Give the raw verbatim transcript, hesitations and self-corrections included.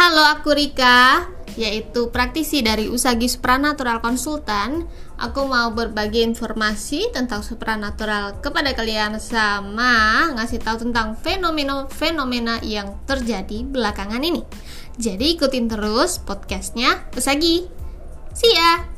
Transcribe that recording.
Halo, aku Rika, yaitu praktisi dari Usagi Supranatural Konsultan. Aku mau berbagi informasi tentang supranatural kepada kalian sama ngasih tahu tentang fenomena-fenomena yang terjadi belakangan ini. Jadi ikutin terus podcastnya Usagi. See ya!